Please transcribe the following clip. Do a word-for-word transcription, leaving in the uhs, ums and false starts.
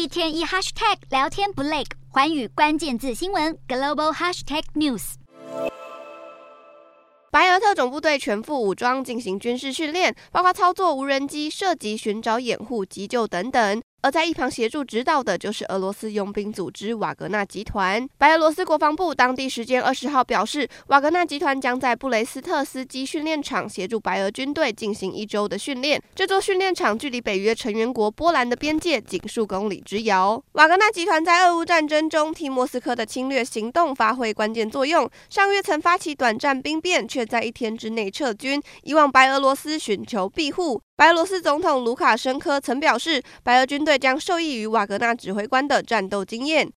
一天一 hashtag 聊天不累，寰宇关键字新闻 global hashtag news。 白俄特种部队全副武装进行军事训练，包括操作无人机、射击、寻找掩护、急救等等。而在一旁协助指导的就是俄罗斯佣兵组织瓦格纳集团。白俄罗斯国防部当地时间二十号表示，瓦格纳集团将在布雷斯特斯基训练场协助白俄军队进行一周的训练。这座训练场距离北约成员国波兰的边界仅数公里之遥。瓦格纳集团在俄乌战争中替莫斯科的侵略行动发挥关键作用。上月曾发起短暂兵变，却在一天之内撤军，以往白俄罗斯寻求庇护。白俄罗斯总统卢卡申科曾表示，白俄军队将受益于瓦格纳指挥官的战斗经验。